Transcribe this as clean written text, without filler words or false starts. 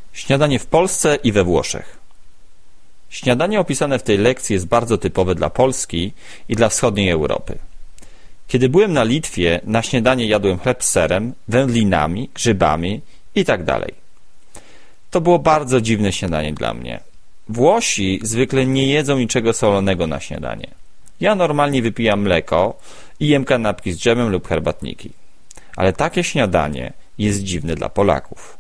Śniadanie w Polsce i we Włoszech. Śniadanie opisane w tej lekcji jest bardzo typowe dla Polski i dla wschodniej Europy. Kiedy byłem na Litwie, na śniadanie jadłem chleb z serem, wędlinami, grzybami itd. To było bardzo dziwne śniadanie dla mnie. Włosi zwykle nie jedzą niczego solonego na śniadanie. Ja normalnie wypijam mleko i jem kanapki z dżemem lub herbatniki. Ale takie śniadanie jest dziwne dla Polaków.